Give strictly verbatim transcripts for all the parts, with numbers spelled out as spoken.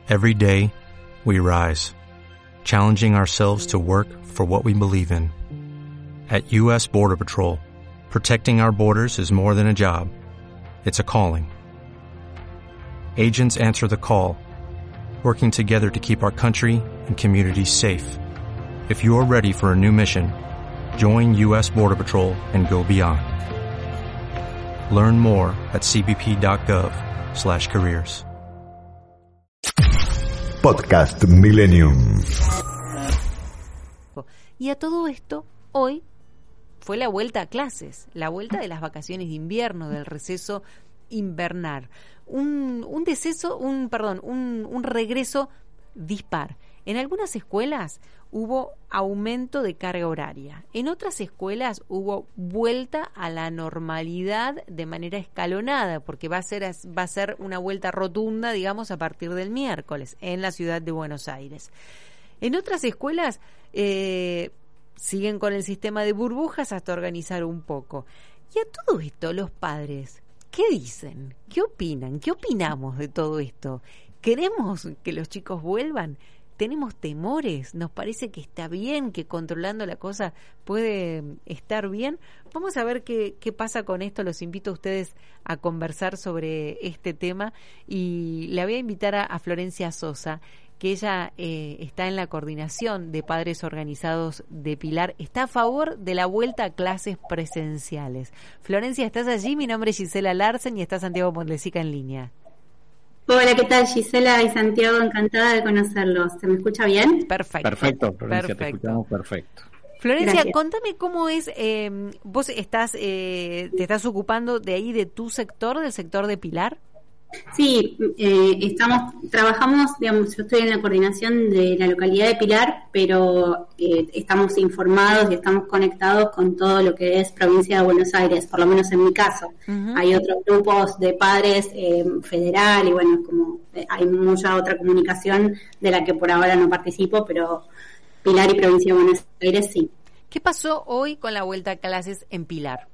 Every day, we rise, challenging ourselves to work for what we believe in. At U S Border Patrol, protecting our borders is more than a job. It's a calling. Agents answer the call, working together to keep our country and communities safe. If you're ready for a new mission, join U S Border Patrol and go beyond. Learn more at cbp.gov slash careers. Podcast Millennium. Y a todo esto, hoy fue la vuelta a clases, la vuelta de las vacaciones de invierno, del receso invernal. Un, un deceso, un, perdón, un, un regreso dispar. En algunas escuelas hubo aumento de carga horaria. En otras escuelas hubo vuelta a la normalidad de manera escalonada, porque va a ser, va a ser una vuelta rotunda, digamos, a partir del miércoles en la ciudad de Buenos Aires. En otras escuelas eh, siguen con el sistema de burbujas hasta organizar un poco. Y a todo esto, los padres, ¿qué dicen? ¿Qué opinan? ¿Qué opinamos de todo esto? ¿Queremos que los chicos vuelvan? ¿Tenemos temores? ¿Nos parece que está bien, que controlando la cosa puede estar bien? Vamos a ver qué, qué pasa con esto. Los invito a ustedes a conversar sobre este tema y la voy a invitar a, a Florencia Sosa, que ella eh, está en la coordinación de padres organizados de Pilar. Está a favor de la vuelta a clases presenciales. Florencia, ¿estás allí? Mi nombre es Gisela Larsen y está Santiago Mondesica en línea. Hola, ¿qué tal, Gisela y Santiago? Encantada de conocerlos. ¿Se me escucha bien? Perfecto. Perfecto, Florencia, Perfecto. te escuchamos perfecto. Florencia, Gracias. Contame cómo es, eh, vos estás, eh, te estás ocupando de ahí, de tu sector, del sector de Pilar. Sí, eh, estamos, trabajamos, digamos, yo estoy en la coordinación de la localidad de Pilar, pero eh, estamos informados y estamos conectados con todo lo que es provincia de Buenos Aires, por lo menos en mi caso. Uh-huh. Hay otros grupos de padres eh, federal y bueno, como eh, hay mucha otra comunicación de la que por ahora no participo, pero Pilar y provincia de Buenos Aires sí. ¿Qué pasó hoy con la vuelta a clases en Pilar?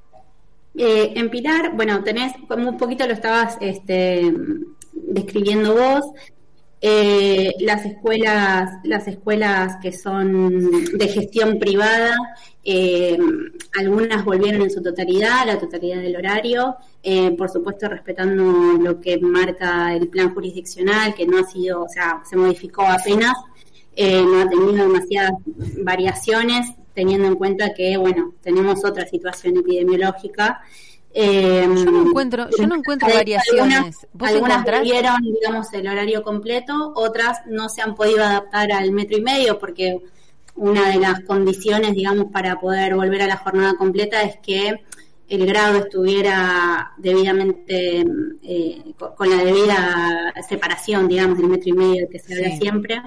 Eh, en Pilar, bueno, tenés, como un poquito lo estabas este, describiendo vos, eh, las escuelas, las escuelas que son de gestión privada, eh, algunas volvieron en su totalidad, la totalidad del horario, eh, por supuesto respetando lo que marca el plan jurisdiccional, que no ha sido, o sea, se modificó apenas, eh, no ha tenido demasiadas variaciones, teniendo en cuenta que, bueno, tenemos otra situación epidemiológica. Eh, yo no encuentro, yo no encuentro variaciones. Algunas, ¿Vos algunas encontrás? vieron, digamos, el horario completo, otras no se han podido adaptar al metro y medio, porque una de las condiciones, digamos, para poder volver a la jornada completa es que el grado estuviera debidamente, eh, con, con la debida separación, digamos, del metro y medio que se habla Sí. siempre.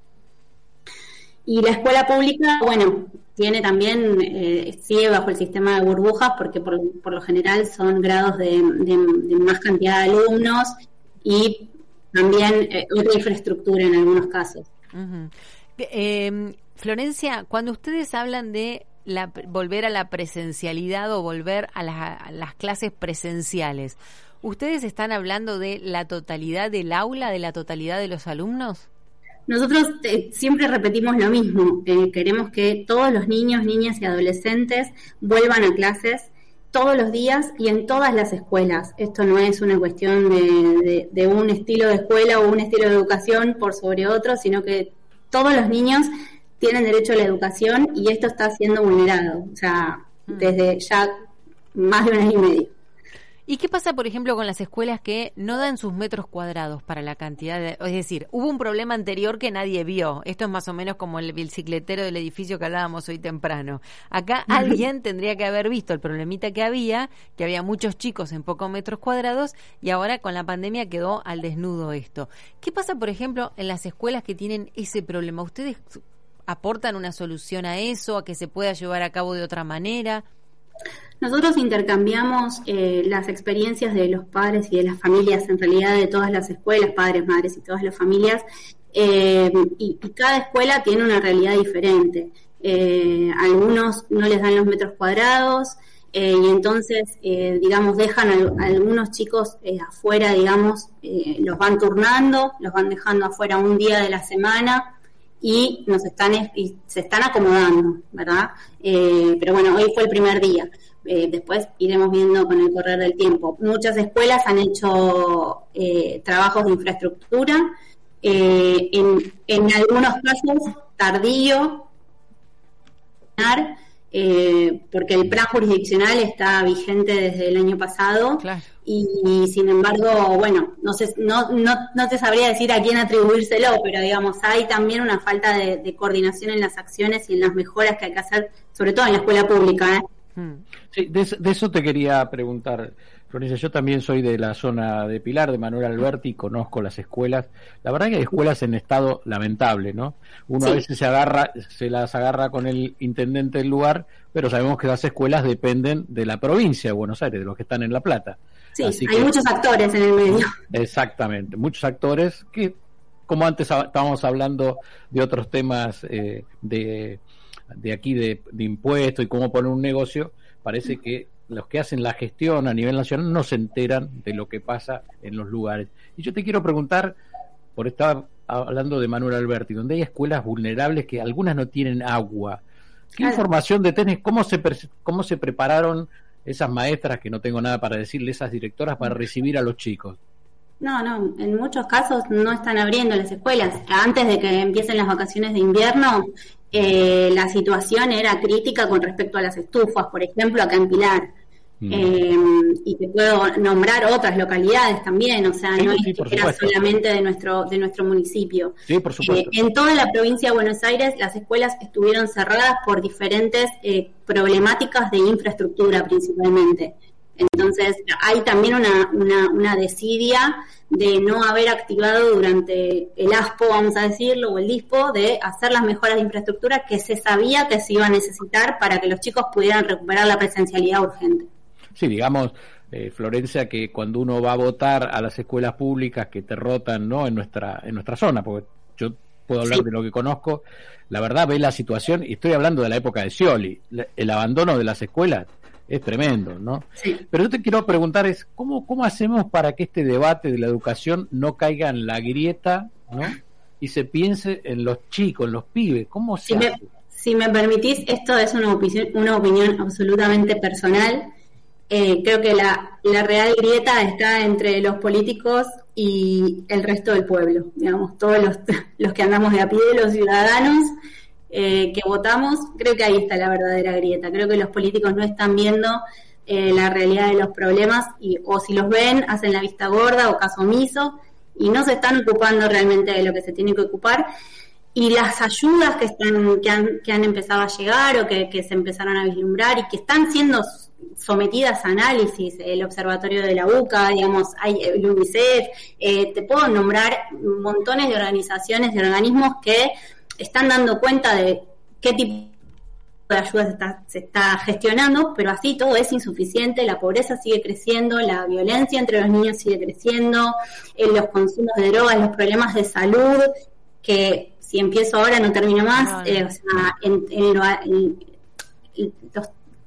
Y la escuela pública, bueno, tiene también, eh, sigue bajo el sistema de burbujas porque por, por lo general son grados de, de, de más cantidad de alumnos y también eh, otra infraestructura en algunos casos. Uh-huh. Eh, Florencia, cuando ustedes hablan de la, volver a la presencialidad o volver a, la, a las clases presenciales, ¿ustedes están hablando de la totalidad del aula, de la totalidad de los alumnos? Nosotros eh, siempre repetimos lo mismo, eh, queremos que todos los niños, niñas y adolescentes vuelvan a clases todos los días y en todas las escuelas. Esto no es una cuestión de, de, de un estilo de escuela o un estilo de educación por sobre otro, sino que todos los niños tienen derecho a la educación y esto está siendo vulnerado, o sea, desde ya más de un año y medio. ¿Y qué pasa, por ejemplo, con las escuelas que no dan sus metros cuadrados para la cantidad de... Es decir, hubo un problema anterior que nadie vio. Esto es más o menos como el bicicletero del edificio que hablábamos hoy temprano. Acá alguien tendría que haber visto el problemita que había, que había muchos chicos en pocos metros cuadrados, y ahora con la pandemia quedó al desnudo esto. ¿Qué pasa, por ejemplo, en las escuelas que tienen ese problema? ¿Ustedes aportan una solución a eso, a que se pueda llevar a cabo de otra manera? Nosotros intercambiamos eh, las experiencias de los padres y de las familias, en realidad de todas las escuelas, padres, madres y todas las familias, eh, y, y cada escuela tiene una realidad diferente. Eh, algunos no les dan los metros cuadrados, eh, y entonces, eh, digamos, dejan a, a algunos chicos eh, afuera, digamos, eh, los van turnando, los van dejando afuera un día de la semana y nos están y se están acomodando, ¿verdad? Eh, pero bueno, hoy fue el primer día. Eh, después iremos viendo con el correr del tiempo. Muchas escuelas han hecho eh, trabajos de infraestructura, eh, en, en algunos casos tardío, eh, porque el plan jurisdiccional está vigente desde el año pasado. Claro. y, y sin embargo, bueno, no sé, no, no, no te sabría decir a quién atribuírselo, pero digamos, hay también una falta de, de coordinación en las acciones y en las mejoras que hay que hacer, sobre todo en la escuela pública, ¿eh? Sí, de, de eso te quería preguntar, Florencia. Yo también soy de la zona de Pilar, de Manuel Alberti, conozco las escuelas. La verdad que hay escuelas en estado lamentable, ¿no? Uno sí. a veces se agarra, se las agarra con el intendente del lugar, pero sabemos que las escuelas dependen de la provincia de Buenos Aires, de los que están en La Plata. Sí, Así hay que, muchos actores en el medio. Exactamente, muchos actores que, como antes estábamos hablando de otros temas eh, de... de aquí de, de impuestos y cómo poner un negocio, parece que los que hacen la gestión a nivel nacional no se enteran de lo que pasa en los lugares. Y yo te quiero preguntar, por estar hablando de Manuel Alberti, donde hay escuelas vulnerables que algunas no tienen agua, ¿qué claro. información de tenés? ¿Cómo se, cómo se prepararon esas maestras, que no tengo nada para decirle, esas directoras, para recibir a los chicos? No, no, en muchos casos no están abriendo las escuelas. Antes de que empiecen las vacaciones de invierno, eh, la situación era crítica con respecto a las estufas, por ejemplo, acá en Pilar. Mm. Eh, y te puedo nombrar otras localidades también, o sea, sí, no sí, es que era solamente de nuestro de nuestro municipio. Sí, por supuesto. Eh, en toda la provincia de Buenos Aires las escuelas estuvieron cerradas por diferentes eh, problemáticas de infraestructura principalmente. Entonces hay también una, una, una desidia de no haber activado durante el ASPO, vamos a decirlo, o el DISPO, de hacer las mejoras de infraestructura que se sabía que se iba a necesitar para que los chicos pudieran recuperar la presencialidad urgente. Sí, digamos, eh, Florencia, que cuando uno va a votar a las escuelas públicas que te rotan, ¿no?, en nuestra en nuestra zona, porque yo puedo hablar sí. de lo que conozco, la verdad ve la situación, y estoy hablando de la época de Scioli, el abandono de las escuelas es tremendo, ¿no? Sí. Pero yo te quiero preguntar es, ¿cómo, cómo hacemos para que este debate de la educación no caiga en la grieta, ¿no?, y se piense en los chicos, en los pibes? ¿Cómo se si hace? Me, si me permitís, esto es una opinión, una opinión absolutamente personal. Eh, creo que la, la real grieta está entre los políticos y el resto del pueblo, digamos, todos los, los que andamos de a pie, los ciudadanos eh, que votamos. Creo que ahí está la verdadera grieta. Creo que los políticos no están viendo eh, la realidad de los problemas, y o si los ven, hacen la vista gorda o caso omiso, y no se están ocupando realmente de lo que se tiene que ocupar. Y las ayudas que están que han, que han empezado a llegar o que, que se empezaron a vislumbrar y que están siendo sometidas a análisis, el Observatorio de la UCA, digamos, hay el UNICEF, eh, te puedo nombrar montones de organizaciones, de organismos que están dando cuenta de qué tipo de ayuda se está, se está gestionando, pero así todo es insuficiente, la pobreza sigue creciendo, la violencia entre los niños sigue creciendo, eh, los consumos de drogas, los problemas de salud, que si empiezo ahora no termino más, eh, o sea, en, en, lo, en, en los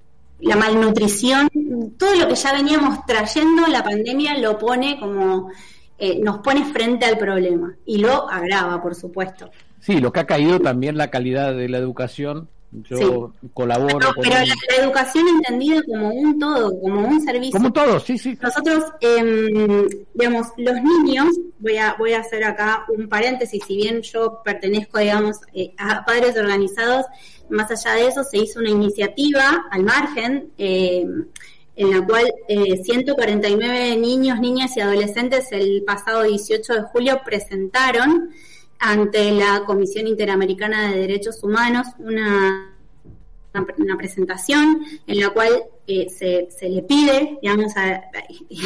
la malnutrición, todo lo que ya veníamos trayendo, la pandemia lo pone como, eh, nos pone frente al problema y lo agrava, por supuesto. Sí, lo que ha caído también la calidad de la educación. Yo sí. colaboro pero, con pero la, la educación entendida como un todo, como un servicio. Como un todo, sí, sí. Nosotros, eh, digamos, los niños, voy a voy a hacer acá un paréntesis, si bien yo pertenezco, digamos, eh, a padres organizados, más allá de eso se hizo una iniciativa al margen, eh, en la cual eh, ciento cuarenta y nueve niños, niñas y adolescentes el pasado dieciocho de julio presentaron ante la Comisión Interamericana de Derechos Humanos una, una, una presentación en la cual eh, se, se le pide, digamos, a, a, a,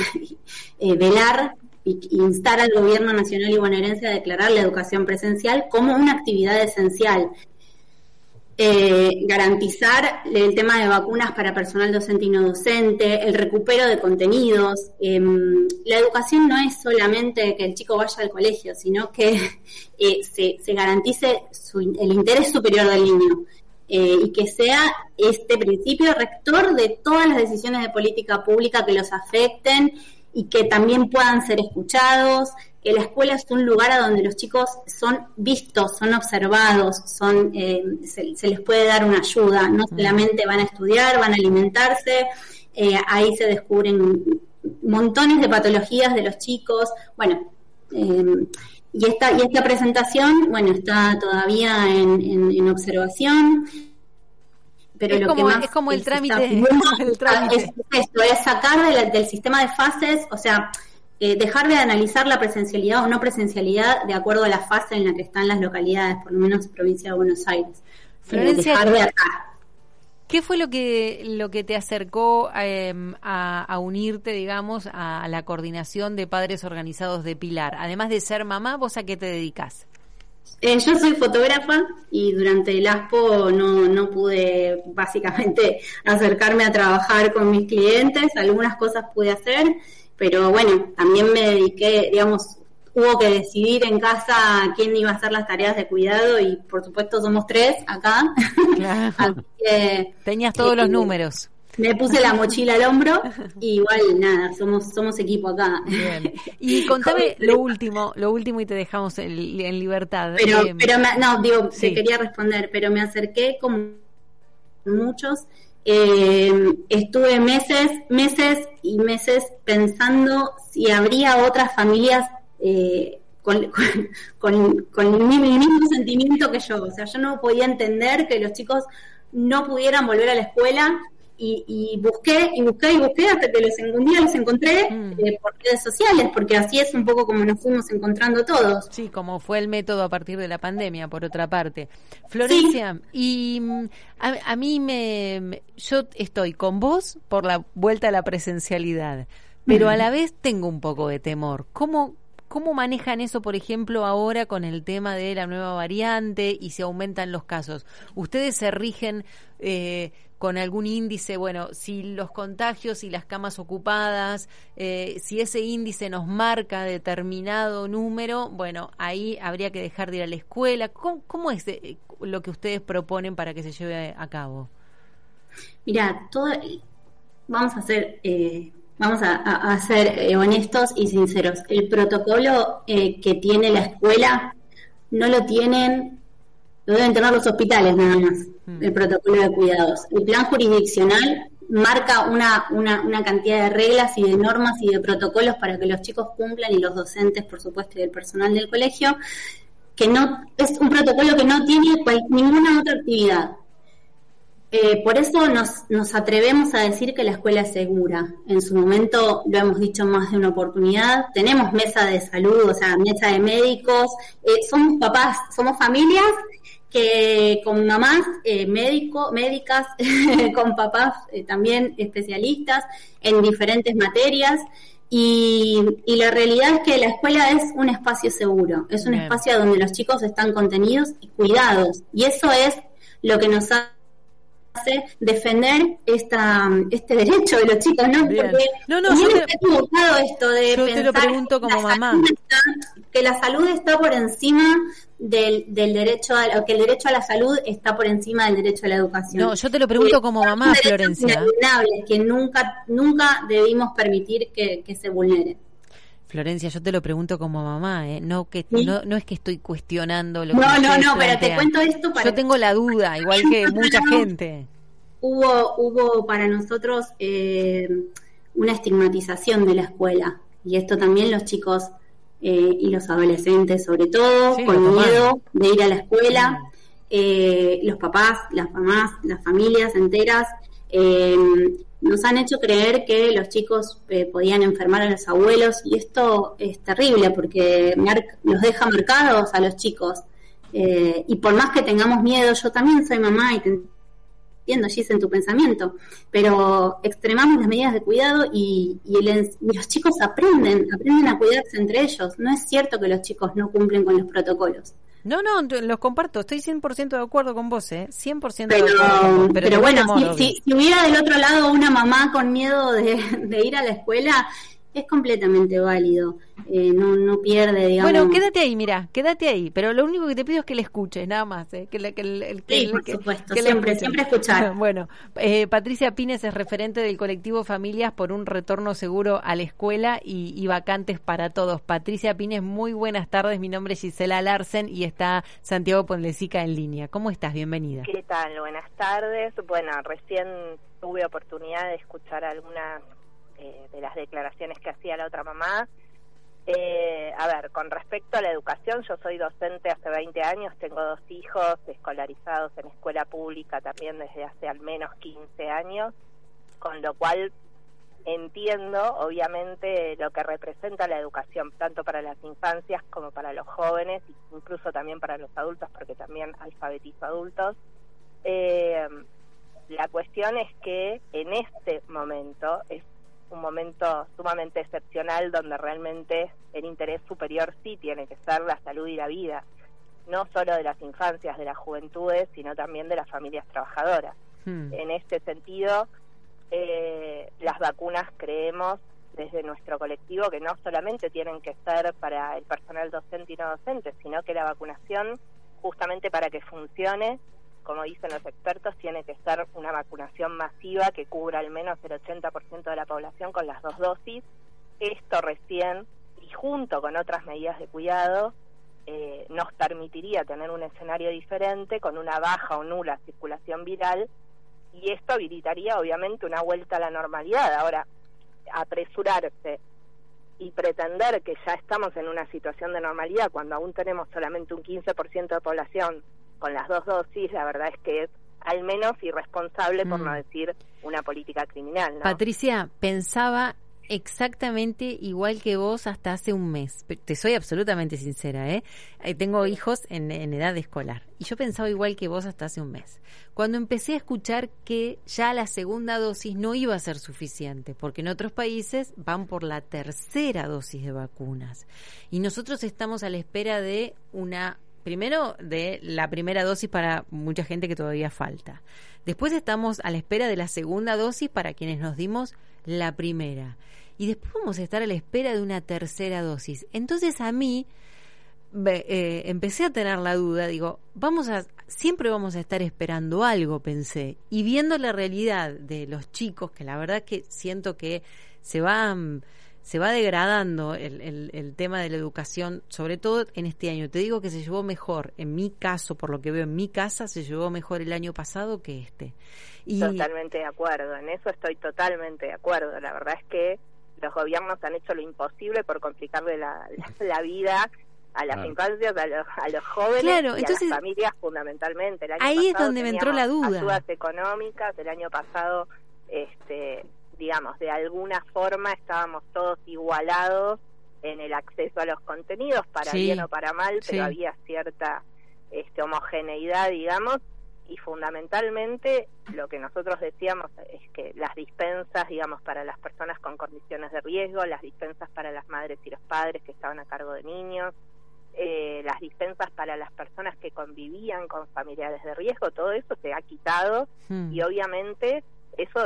a velar e instar al gobierno nacional y bonaerense a declarar la educación presencial como una actividad esencial. Eh, garantizar el tema de vacunas para personal docente y no docente, el recupero de contenidos. Eh, la educación no es solamente que el chico vaya al colegio, sino que eh, se, se garantice su, el interés superior del niño. eh, y que sea este principio rector de todas las decisiones de política pública que los afecten y que también puedan ser escuchados, que la escuela es un lugar a donde los chicos son vistos, son observados, son eh, se, se les puede dar una ayuda, no solamente van a estudiar, van a alimentarse, eh, ahí se descubren montones de patologías de los chicos, bueno, eh, y esta y esta presentación, bueno, está todavía en, en, en observación, pero es lo como, que más es como el trámite, está, el trámite. Es esto, es sacar de la, del sistema de fases, o sea, eh, dejar de analizar la presencialidad o no presencialidad de acuerdo a la fase en la que están las localidades, por lo menos provincia de Buenos Aires. Florencia, eh, dejar de acá. ¿Qué fue lo que lo que te acercó eh, a, a unirte, digamos, a, a la coordinación de padres organizados de Pilar? Además de ser mamá, ¿vos a qué te dedicás? Eh, yo soy fotógrafa y durante el ASPO no, no pude básicamente acercarme a trabajar con mis clientes, algunas cosas pude hacer, pero bueno, también me dediqué, digamos, hubo que decidir en casa quién iba a hacer las tareas de cuidado y por supuesto somos tres acá. Claro. Así que, tenías todos eh, los números. Me puse la mochila al hombro y igual nada, somos somos equipo acá. Bien. Y contame lo último, lo último y te dejamos en, en libertad. Pero, eh, pero me, no, digo, sí. te quería responder, pero me acerqué con muchos, eh, estuve meses, meses y meses pensando si habría otras familias eh, con, con, con, con el mismo sentimiento que yo. O sea, yo no podía entender que los chicos no pudieran volver a la escuela. Y, y busqué, y busqué, y busqué hasta que los, un día los encontré mm. eh, por redes sociales, porque así es un poco como nos fuimos encontrando todos. Sí, como fue el método a partir de la pandemia, por otra parte. Florencia, sí. y a, a mí me, me... Yo estoy con vos por la vuelta a la presencialidad, pero mm. a la vez tengo un poco de temor. ¿Cómo, cómo manejan eso, por ejemplo, ahora con el tema de la nueva variante y se aumentan los casos? ¿Ustedes se rigen... Eh, con algún índice, bueno, si los contagios y las camas ocupadas, eh, si ese índice nos marca determinado número, bueno, ahí habría que dejar de ir a la escuela? ¿Cómo, cómo es eh, lo que ustedes proponen para que se lleve a cabo? Mira, todo, vamos a ser, eh, vamos a, a, a ser eh, honestos y sinceros. El protocolo eh, que tiene la escuela no lo tienen, lo deben tener los hospitales nada más. El protocolo de cuidados. El plan jurisdiccional marca una, una, una cantidad de reglas y de normas y de protocolos para que los chicos cumplan y los docentes, por supuesto, y el personal del colegio, que no es un protocolo que no tiene cual, ninguna otra actividad. Eh, por eso nos, nos atrevemos a decir que la escuela es segura. En su momento lo hemos dicho más de una oportunidad. Tenemos mesa de salud, o sea, mesa de médicos. Eh, somos papás, somos familias que con mamás eh, médico, médicas, con papás eh, también especialistas en diferentes materias y, y la realidad es que la escuela es un espacio seguro, es un Bien. espacio donde los chicos están contenidos y cuidados y eso es lo que nos hace defender esta este derecho de los chicos, ¿no? Bien. Porque no, no, yo yo te, te, equivocado esto de yo pensar te lo pregunto como mamá. Está, que la salud está por encima del, del derecho a, o que el derecho a la salud está por encima del derecho a la educación. No, yo te lo pregunto eh, como mamá, Florencia. Inalienables que nunca nunca debimos permitir que, que se vulneren. Florencia, yo te lo pregunto como mamá, ¿eh? No que ¿Sí? no, no es que estoy cuestionando lo no, que No, no, no, plantean. pero te cuento esto para... Yo tengo la duda, igual que mucha gente. Hubo, hubo para nosotros eh, una estigmatización de la escuela, y esto también los chicos eh, y los adolescentes sobre todo, sí, con miedo de ir a la escuela, sí. eh, los papás, las mamás, las familias enteras, eh, nos han hecho creer que los chicos eh, podían enfermar a los abuelos, y esto es terrible porque mar- los deja marcados a los chicos, eh, y por más que tengamos miedo, yo también soy mamá y te entiendo, Gis, en tu pensamiento, pero extremamos las medidas de cuidado y, y, el, y los chicos aprenden, aprenden a cuidarse entre ellos. No es cierto que los chicos no cumplen con los protocolos. No, no, los comparto, estoy cien por ciento de acuerdo con vos, ¿eh? cien por ciento de pero, acuerdo. Pero, pero bueno, modo, si, si, si hubiera del otro lado una mamá con miedo de, de ir a la escuela, es completamente válido, eh, no, no pierde, digamos. Bueno, quédate ahí, mira, quédate ahí, pero lo único que te pido es que le escuches, nada más, ¿eh? que, le, que, el, que, sí, por que, supuesto, que siempre, siempre escuchar. Bueno, eh, Patricia Pines es referente del colectivo Familias por un retorno seguro a la escuela y, y vacantes para todos. Patricia Pines, muy buenas tardes, mi nombre es Gisela Larsen y está Santiago Ponlecica en línea. ¿Cómo estás? Bienvenida. ¿Qué tal? Buenas tardes. Bueno, recién tuve oportunidad de escuchar algunas eh, de las declaraciones que hacía la otra mamá. Eh, a ver, con respecto a la educación, yo soy docente hace veinte años, tengo dos hijos escolarizados en escuela pública también desde hace al menos quince años, con lo cual entiendo, obviamente, lo que representa la educación, tanto para las infancias como para los jóvenes, incluso también para los adultos, porque también alfabetizo adultos. Eh, la cuestión es que en este momento es un momento sumamente excepcional donde realmente el interés superior sí tiene que ser la salud y la vida, no solo de las infancias, de las juventudes, sino también de las familias trabajadoras. Hmm. En este sentido, eh, las vacunas creemos desde nuestro colectivo que no solamente tienen que ser para el personal docente y no docente, sino que la vacunación, justamente para que funcione, como dicen los expertos, tiene que ser una vacunación masiva que cubra al menos el ochenta por ciento de la población con las dos dosis. Esto recién, y junto con otras medidas de cuidado, eh, nos permitiría tener un escenario diferente con una baja o nula circulación viral, y esto habilitaría obviamente una vuelta a la normalidad. Ahora, apresurarse y pretender que ya estamos en una situación de normalidad cuando aún tenemos solamente un quince por ciento de población con las dos dosis, la verdad es que es al menos irresponsable, mm. por no decir una política criminal, ¿no? Patricia, pensaba exactamente igual que vos hasta hace un mes. Te soy absolutamente sincera, ¿eh? Tengo hijos en, en edad escolar y yo pensaba igual que vos hasta hace un mes. Cuando empecé a escuchar que ya la segunda dosis no iba a ser suficiente, porque en otros países van por la tercera dosis de vacunas y nosotros estamos a la espera de una... Primero, de la primera dosis para mucha gente que todavía falta. Después estamos a la espera de la segunda dosis para quienes nos dimos la primera. Y después vamos a estar a la espera de una tercera dosis. Entonces a mí eh, empecé a tener la duda, digo, vamos a siempre vamos a estar esperando algo, pensé. Y viendo la realidad de los chicos, que la verdad que siento que se van... se va degradando el, el, el tema de la educación, sobre todo en este año. Te digo que se llevó mejor, en mi caso, por lo que veo en mi casa, se llevó mejor el año pasado que este. Y... Totalmente de acuerdo, en eso estoy totalmente de acuerdo. La verdad es que los gobiernos han hecho lo imposible por complicarle la, la, la vida a las claro. infancias, a los, a los jóvenes claro, y entonces, a las familias fundamentalmente. El año ahí es donde me entró la duda. Ayudas económicas, el año pasado... este digamos, de alguna forma estábamos todos igualados en el acceso a los contenidos, para sí, bien o para mal, pero sí. había cierta este, homogeneidad, digamos, y fundamentalmente lo que nosotros decíamos es que las dispensas, digamos, para las personas con condiciones de riesgo, las dispensas para las madres y los padres que estaban a cargo de niños, eh, las dispensas para las personas que convivían con familiares de riesgo, todo eso se ha quitado hmm. y obviamente... eso,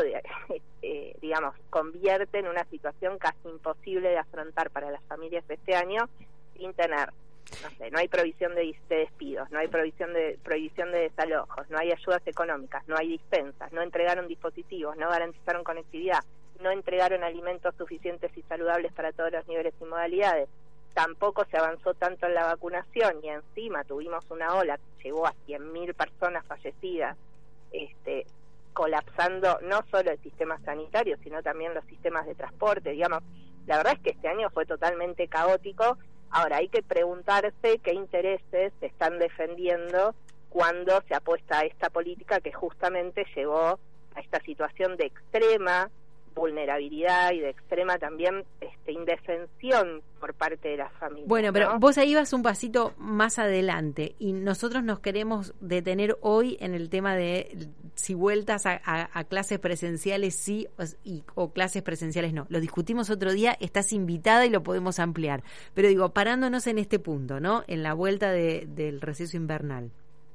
eh, digamos, convierte en una situación casi imposible de afrontar para las familias de este año sin tener, no sé, no hay provisión de, de despidos, no hay provisión de prohibición de desalojos, no hay ayudas económicas, no hay dispensas, no entregaron dispositivos, no garantizaron conectividad, no entregaron alimentos suficientes y saludables para todos los niveles y modalidades, tampoco se avanzó tanto en la vacunación y encima tuvimos una ola que llegó a cien mil personas fallecidas, este colapsando no solo el sistema sanitario, sino también los sistemas de transporte, digamos. La verdad es que este año fue totalmente caótico. Ahora, hay que preguntarse qué intereses se están defendiendo cuando se apuesta a esta política que justamente llevó a esta situación de extrema vulnerabilidad y de extrema también este, indefensión por parte de las familias. Bueno, pero ¿no? vos ahí vas un pasito más adelante y nosotros nos queremos detener hoy en el tema de si vueltas a, a, a clases presenciales sí o, y, o clases presenciales no. Lo discutimos otro día, estás invitada y lo podemos ampliar. Pero digo, parándonos en este punto, ¿no? En la vuelta de, del receso invernal.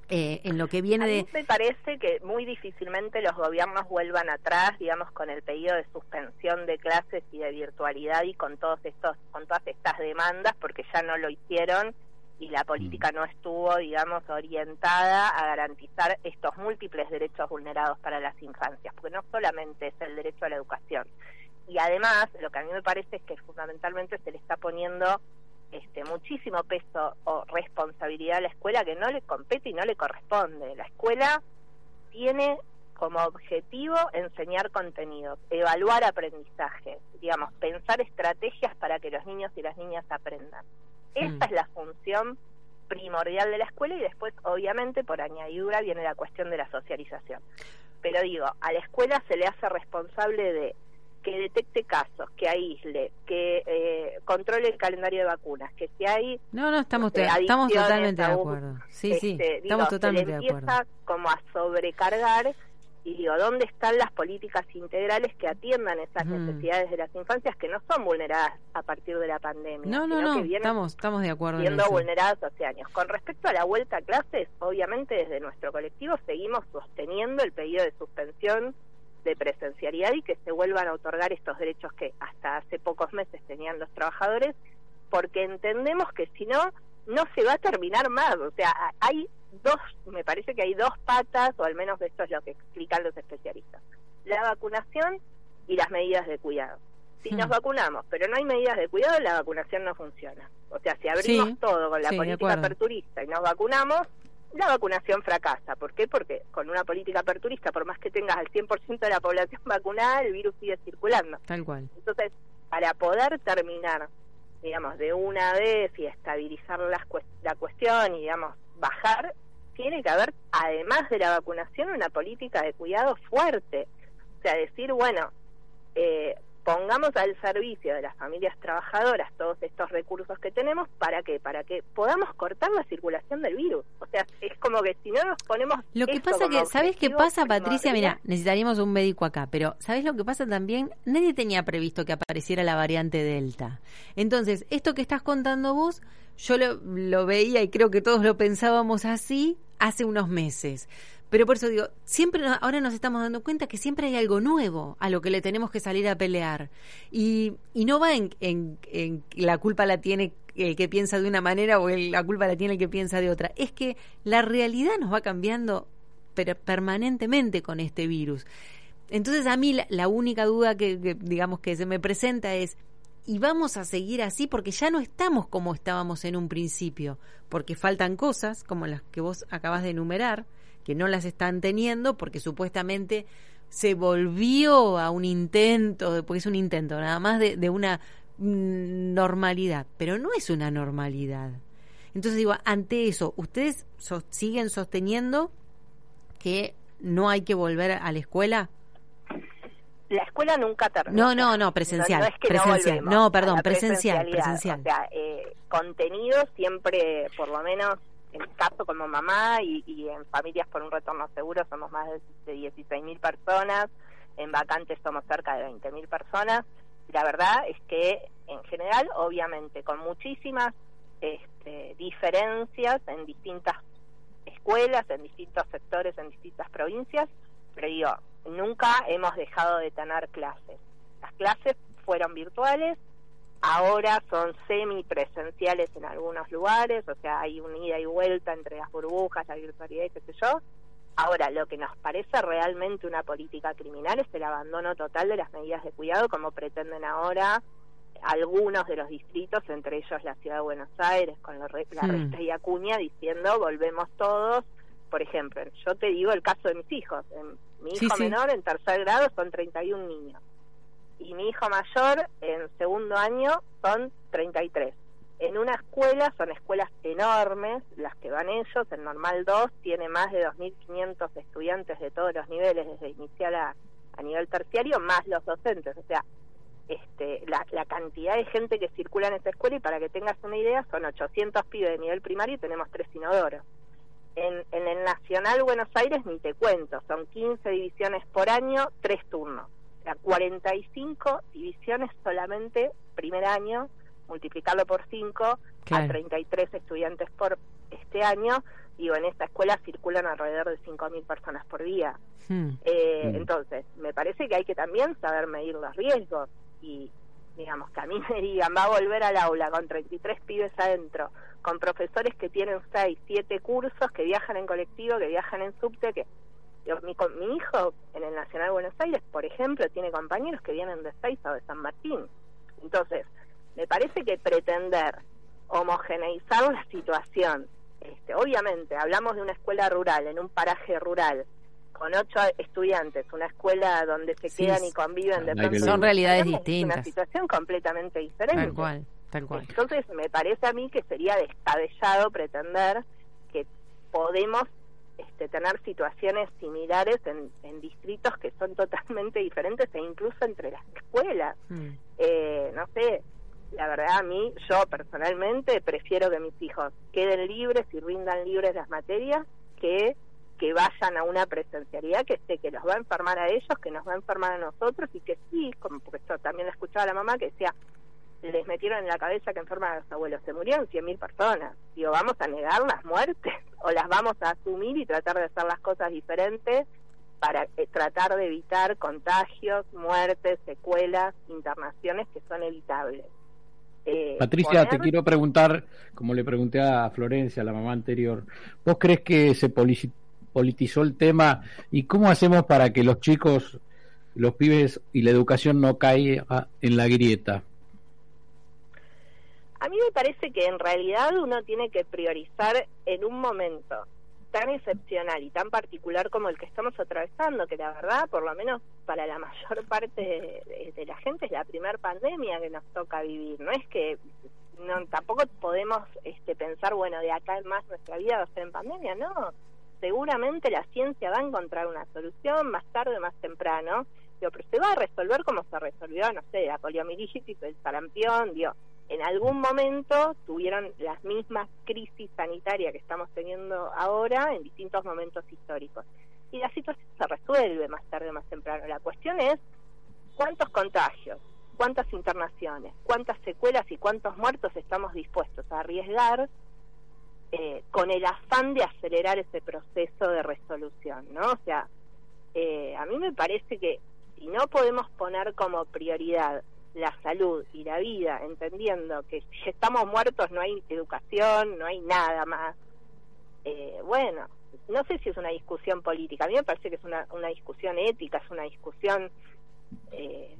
eh, en lo que viene a mí de... me parece que muy difícilmente los gobiernos vuelvan atrás, digamos, con el pedido de suspensión de clases y de virtualidad y con todos estos, con todas estas demandas, porque ya no lo hicieron y la política no estuvo, digamos, orientada a garantizar estos múltiples derechos vulnerados para las infancias, porque no solamente es el derecho a la educación. Y además, lo que a mí me parece es que fundamentalmente se le está poniendo este muchísimo peso o responsabilidad a la escuela que no le compete y no le corresponde. La escuela tiene como objetivo enseñar contenidos, evaluar aprendizaje, digamos, pensar estrategias para que los niños y las niñas aprendan. Esta mm. es la función primordial de la escuela y después, obviamente, por añadidura viene la cuestión de la socialización. Pero digo, a la escuela se le hace responsable de que detecte casos, que aísle, que eh, controle el calendario de vacunas, que si hay... No, no, estamos, no sé, estamos totalmente de abusos, acuerdo. Sí, este, sí, digo, estamos totalmente se le de acuerdo. empieza como a sobrecargar y digo, ¿dónde están las políticas integrales que atiendan esas mm. necesidades de las infancias que no son vulneradas a partir de la pandemia? No, no, sino no, que vienen estamos, estamos de acuerdo siendo en eso. vulneradas hace años. Con respecto a la vuelta a clases, obviamente desde nuestro colectivo seguimos sosteniendo el pedido de suspensión de presencialidad y que se vuelvan a otorgar estos derechos que hasta hace pocos meses tenían los trabajadores, porque entendemos que si no, no se va a terminar más. O sea, hay dos, me parece que hay dos patas, o al menos esto es lo que explican los especialistas: la vacunación y las medidas de cuidado. Si hmm. nos vacunamos, pero no hay medidas de cuidado, la vacunación no funciona. O sea, si abrimos sí, todo con la sí, política aperturista y nos vacunamos, la vacunación fracasa. ¿Por qué? Porque con una política aperturista, por más que tengas al cien por ciento de la población vacunada, el virus sigue circulando. Tal cual. Entonces, para poder terminar, digamos, de una vez y estabilizar las, la cuestión y, digamos, bajar, tiene que haber, además de la vacunación, una política de cuidado fuerte. O sea, decir, bueno, eh, pongamos al servicio de las familias trabajadoras todos estos recursos que tenemos, ¿para qué? Para que podamos cortar la circulación del virus. O sea, es como que si no nos ponemos... Lo que pasa que, ¿sabes qué pasa, Patricia? Mira, necesitaríamos un médico acá, pero ¿sabes lo que pasa también? Nadie tenía previsto que apareciera la variante Delta. Entonces, esto que estás contando vos, yo lo, lo veía y creo que todos lo pensábamos así hace unos meses. Pero por eso digo, siempre nos, ahora nos estamos dando cuenta que siempre hay algo nuevo a lo que le tenemos que salir a pelear. Y, y no va en, en, en la culpa la tiene el que piensa de una manera o el, la culpa la tiene el que piensa de otra. Es que la realidad nos va cambiando per, permanentemente con este virus. Entonces a mí la, la única duda que, que digamos que se me presenta es, ¿y vamos a seguir así? Porque ya no estamos como estábamos en un principio, porque faltan cosas como las que vos acabas de enumerar, que no las están teniendo porque supuestamente se volvió a un intento, porque es un intento nada más de, de una normalidad, pero no es una normalidad. Entonces digo, ante eso, ¿ustedes so, siguen sosteniendo que no hay que volver a la escuela? La escuela nunca termina. No, no, no, presencial. No, no es que presencial. No, no perdón, presencial, presencial. O sea, eh, contenido siempre, por lo menos, en mi caso como mamá y, y en familias por un retorno seguro somos más de dieciséis mil personas, en vacantes somos cerca de veinte mil personas. La verdad es que en general, obviamente, con muchísimas este, diferencias en distintas escuelas, en distintos sectores, en distintas provincias, pero digo, nunca hemos dejado de tener clases. Las clases fueron virtuales, ahora son semipresenciales en algunos lugares, o sea, hay un ida y vuelta entre las burbujas, la virtualidad y qué sé yo. Ahora, lo que nos parece realmente una política criminal es el abandono total de las medidas de cuidado, como pretenden ahora algunos de los distritos, entre ellos la Ciudad de Buenos Aires, con la Reta Hmm. y Acuña, diciendo volvemos todos. Por ejemplo, yo te digo el caso de mis hijos. En, mi hijo Sí, sí. menor en tercer grado son treinta y un niños. Y mi hijo mayor en segundo año son treinta y tres. En una escuela, son escuelas enormes, las que van ellos, el Normal dos tiene más de dos mil quinientos estudiantes de todos los niveles, desde inicial a, a nivel terciario, más los docentes. O sea, este, la, la cantidad de gente que circula en esa escuela, y para que tengas una idea, son ochocientos pibes de nivel primario y tenemos tres inodoros. En, en el Nacional Buenos Aires ni te cuento, son quince divisiones por año, tres turnos. O sea, cuarenta y cinco divisiones solamente primer año, multiplicarlo por cinco, Claro. a treinta y tres estudiantes por este año, Digo, en esta escuela circulan alrededor de cinco mil personas por día. Hmm. Eh, Mm. Entonces, me parece que hay que también saber medir los riesgos y, digamos, que a mí me digan, va a volver al aula con treinta y tres pibes adentro, con profesores que tienen seis, siete cursos, que viajan en colectivo, que viajan en subte, que... Yo, mi, con- mi hijo en el Nacional Buenos Aires, por ejemplo, tiene compañeros que vienen de Ezeiza o de San Martín. Entonces, me parece que pretender homogeneizar la situación, este, obviamente, hablamos de una escuela rural, en un paraje rural, con ocho estudiantes, una escuela donde se Sí, quedan sí. y conviven de Son pronto. Son realidades Es una distintas. situación completamente diferente. Tal cual, tal cual. Entonces, me parece a mí que sería descabellado pretender que podemos este, tener situaciones similares en, en distritos que son totalmente diferentes e incluso entre las escuelas. Hmm. Eh, no sé, la verdad a mí, yo personalmente prefiero que mis hijos queden libres y rindan libres las materias que que vayan a una presencialidad que sé que los va a enfermar a ellos, que nos va a enfermar a nosotros y que sí, como porque yo también la escuchaba a la mamá que decía, les metieron en la cabeza que enferman a los abuelos, se murieron cien mil personas. Digo, ¿vamos a negar las muertes o las vamos a asumir y tratar de hacer las cosas diferentes para eh, tratar de evitar contagios, muertes, secuelas, internaciones que son evitables? Eh, Patricia, poner... te quiero preguntar, como le pregunté a Florencia, la mamá anterior, ¿vos crees que se polici- politizó el tema y cómo hacemos para que los chicos, los pibes y la educación no caiga en la grieta? A mí me parece que en realidad uno tiene que priorizar en un momento tan excepcional y tan particular como el que estamos atravesando, que la verdad, por lo menos para la mayor parte de, de la gente, es la primer pandemia que nos toca vivir. No es que no tampoco podemos este, pensar, bueno, de acá en más nuestra vida va a ser en pandemia, no. Seguramente la ciencia va a encontrar una solución más tarde o más temprano, digo, pero se va a resolver como se resolvió, no sé, la poliomielitis, el sarampión, digo, en algún momento tuvieron las mismas crisis sanitarias que estamos teniendo ahora en distintos momentos históricos. Y la situación se resuelve más tarde o más temprano. La cuestión es cuántos contagios, cuántas internaciones, cuántas secuelas y cuántos muertos estamos dispuestos a arriesgar eh, con el afán de acelerar ese proceso de resolución, ¿no? O sea, eh, a mí me parece que si no podemos poner como prioridad la salud y la vida, entendiendo que si estamos muertos no hay educación, no hay nada más, eh, bueno, no sé si es una discusión política, a mí me parece que es una, una discusión ética, es una discusión eh,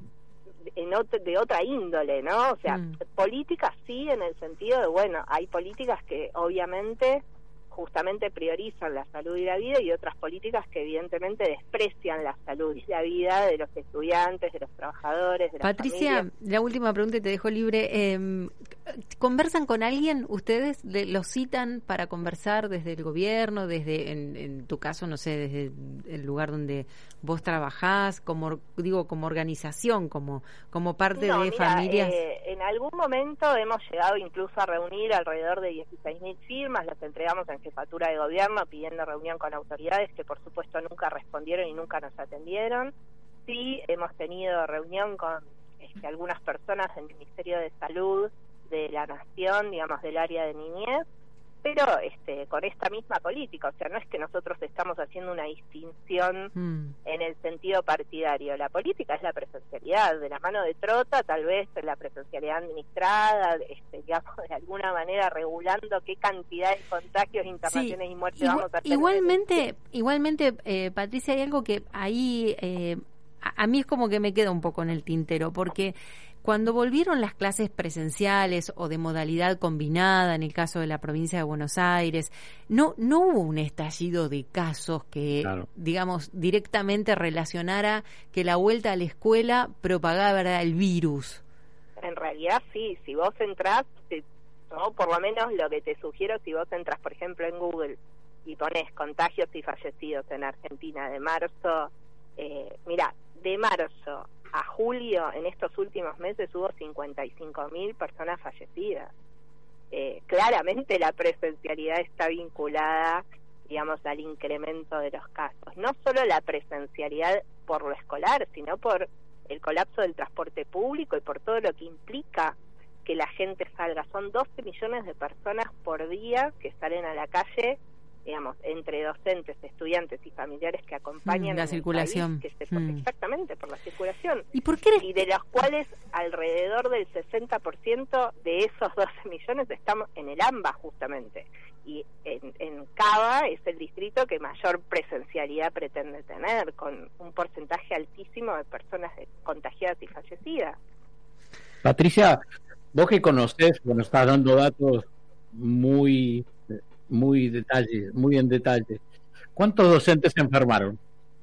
en ot- de otra índole, ¿no? O sea, Mm. política sí, en el sentido de, bueno, hay políticas que obviamente justamente priorizan la salud y la vida y otras políticas que evidentemente desprecian la salud y la vida de los estudiantes, de los trabajadores, de las Patricia, familias. la última pregunta y te dejo libre. Eh, ¿Conversan con alguien ustedes? ¿Le- ¿Los citan para conversar desde el gobierno, desde, en, en tu caso, no sé, desde el lugar donde vos trabajás, como digo, como organización, como como parte No, de mira, familias? eh, en algún momento hemos llegado incluso a reunir alrededor de dieciséis mil firmas, las entregamos en jefatura de gobierno pidiendo reunión con autoridades que por supuesto nunca respondieron y nunca nos atendieron. Sí, hemos tenido reunión con este, algunas personas del Ministerio de Salud de la Nación, digamos, del área de niñez, pero este, con esta misma política, o sea, no es que nosotros estamos haciendo una distinción Mm. en el sentido partidario. La política es la presencialidad, de la mano de Trota, tal vez la presencialidad administrada, este, digamos, de alguna manera regulando qué cantidad de contagios, internaciones Sí, y muertes igual- vamos a hacer. Igualmente, igualmente eh, Patricia, hay algo que ahí eh, a, a mí es como que me queda un poco en el tintero, porque cuando volvieron las clases presenciales o de modalidad combinada, en el caso de la provincia de Buenos Aires, no no hubo un estallido de casos que, Claro. digamos, directamente relacionara que la vuelta a la escuela propagara el virus. En realidad sí, si vos entrás, te- o por lo menos lo que te sugiero, si vos entras, por ejemplo, en Google y pones contagios y fallecidos en Argentina de marzo, eh, mira, de marzo a julio, en estos últimos meses hubo cincuenta y cinco mil personas fallecidas. Eh, claramente la presencialidad está vinculada, digamos, al incremento de los casos. No solo la presencialidad por lo escolar, sino por el colapso del transporte público y por todo lo que implica que la gente salga. Son doce millones de personas por día que salen a la calle digamos, entre docentes, estudiantes y familiares que acompañan mm, la en circulación. el país, que se, mm. exactamente, por la circulación. ¿Y por qué eres... Y de los cuales alrededor del sesenta por ciento de esos doce millones estamos en el AMBA, justamente. Y en, en Cava es el distrito que mayor presencialidad pretende tener, con un porcentaje altísimo de personas contagiadas y fallecidas. Patricia, vos que conocés, bueno, estás dando datos muy... muy detalle, muy en detalle. ¿Cuántos docentes se enfermaron?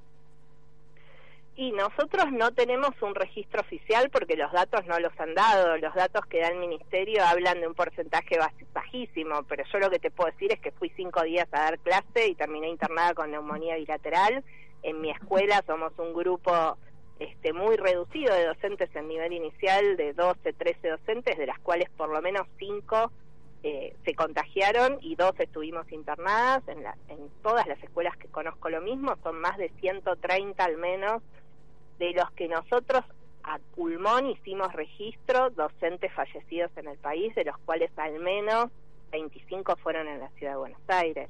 Y nosotros no tenemos un registro oficial porque los datos no los han dado. Los datos que da el ministerio hablan de un porcentaje bajísimo, pero yo lo que te puedo decir es que fui cinco días a dar clase y terminé internada con neumonía bilateral. En mi escuela somos un grupo este, muy reducido de docentes en nivel inicial, de doce, trece docentes, de las cuales por lo menos cinco Eh, se contagiaron y dos estuvimos internadas. En, la, en todas las escuelas que conozco lo mismo, son más de ciento treinta al menos, de los que nosotros a pulmón hicimos registro, docentes fallecidos en el país, de los cuales al menos veinticinco fueron en la ciudad de Buenos Aires,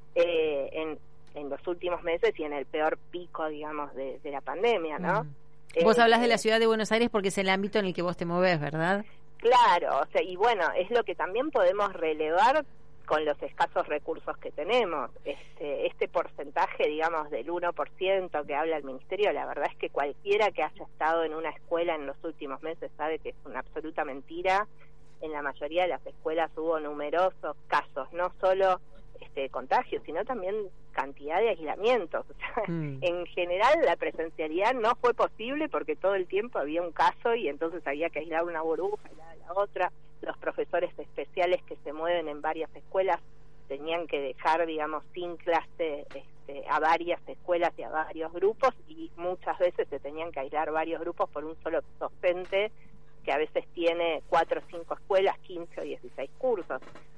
eh, en, en los últimos meses y en el peor pico, digamos, de, de la pandemia, ¿no? Mm. Eh, vos hablas de la eh, ciudad de Buenos Aires porque es el ámbito en el que vos te movés, ¿verdad? Claro, o sea, y bueno, es lo que también podemos relevar con los escasos recursos que tenemos. Este, este porcentaje, digamos, del uno por ciento que habla el Ministerio, la verdad es que cualquiera que haya estado en una escuela en los últimos meses sabe que es una absoluta mentira. En la mayoría de las escuelas hubo numerosos casos, no solo este, contagios, sino también cantidad de aislamientos. O sea, mm. en general la presencialidad no fue posible porque todo el tiempo había un caso y entonces había que aislar una burbuja y la, la otra. Los profesores especiales que se mueven en varias escuelas tenían que dejar, digamos, sin clase este, a varias escuelas y a varios grupos, y muchas veces se tenían que aislar varios grupos por un solo docente que a veces tiene cuatro o cinco escuelas, quince o dieciséis cursos.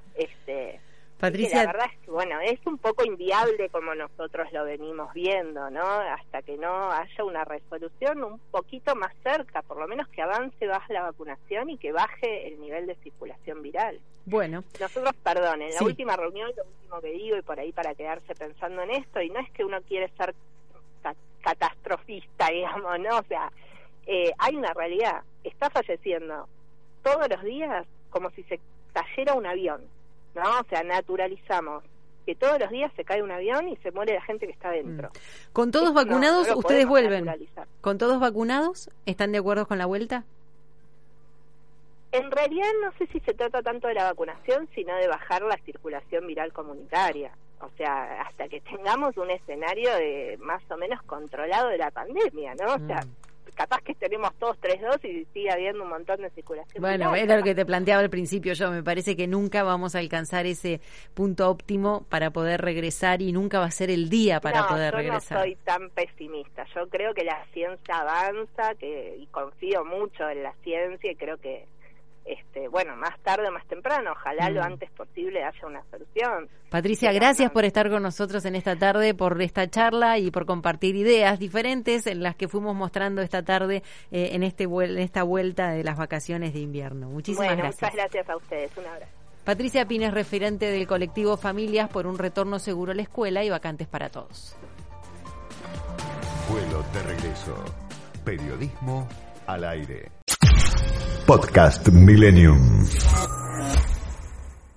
Este, Patricia, la verdad es que, bueno, es un poco inviable como nosotros lo venimos viendo, ¿no? Hasta que no haya una resolución un poquito más cerca, por lo menos que avance más la vacunación y que baje el nivel de circulación viral. Bueno. Nosotros, perdón, en la sí. última reunión, lo último que digo, y por ahí para quedarse pensando en esto, y no es que uno quiere ser ca- catastrofista, digamos, ¿no? O sea, eh, hay una realidad, está falleciendo todos los días como si se cayera un avión, ¿no? O sea, naturalizamos que todos los días se cae un avión y se muere la gente que está dentro. ¿Con todos Esto vacunados no, no ustedes vuelven? Naturalizar. ¿Con todos vacunados? ¿Están de acuerdo con la vuelta? En realidad no sé si se trata tanto de la vacunación, sino de bajar la circulación viral comunitaria. O sea, hasta que tengamos un escenario de más o menos controlado de la pandemia, ¿no? O sea, mm. capaz que tenemos todos tres dosis y sigue habiendo un montón de circulación bueno, viral. era lo que te planteaba al principio yo. Me parece que nunca vamos a alcanzar ese punto óptimo para poder regresar y nunca va a ser el día para no, poder yo regresar. No soy tan pesimista. Yo creo que la ciencia avanza, que y confío mucho en la ciencia y creo que Este, bueno, más tarde o más temprano, ojalá mm. lo antes posible haya una solución. Patricia, Pero, gracias no. por estar con nosotros en esta tarde, por esta charla y por compartir ideas diferentes en las que fuimos mostrando esta tarde eh, en, este en esta vuelta de las vacaciones de invierno. Muchísimas bueno, gracias. Muchas gracias a ustedes, un abrazo. Patricia Pines, referente del colectivo Familias por un retorno seguro a la escuela y vacantes para todos. Vuelo de regreso. Periodismo al aire. Podcast Millennium.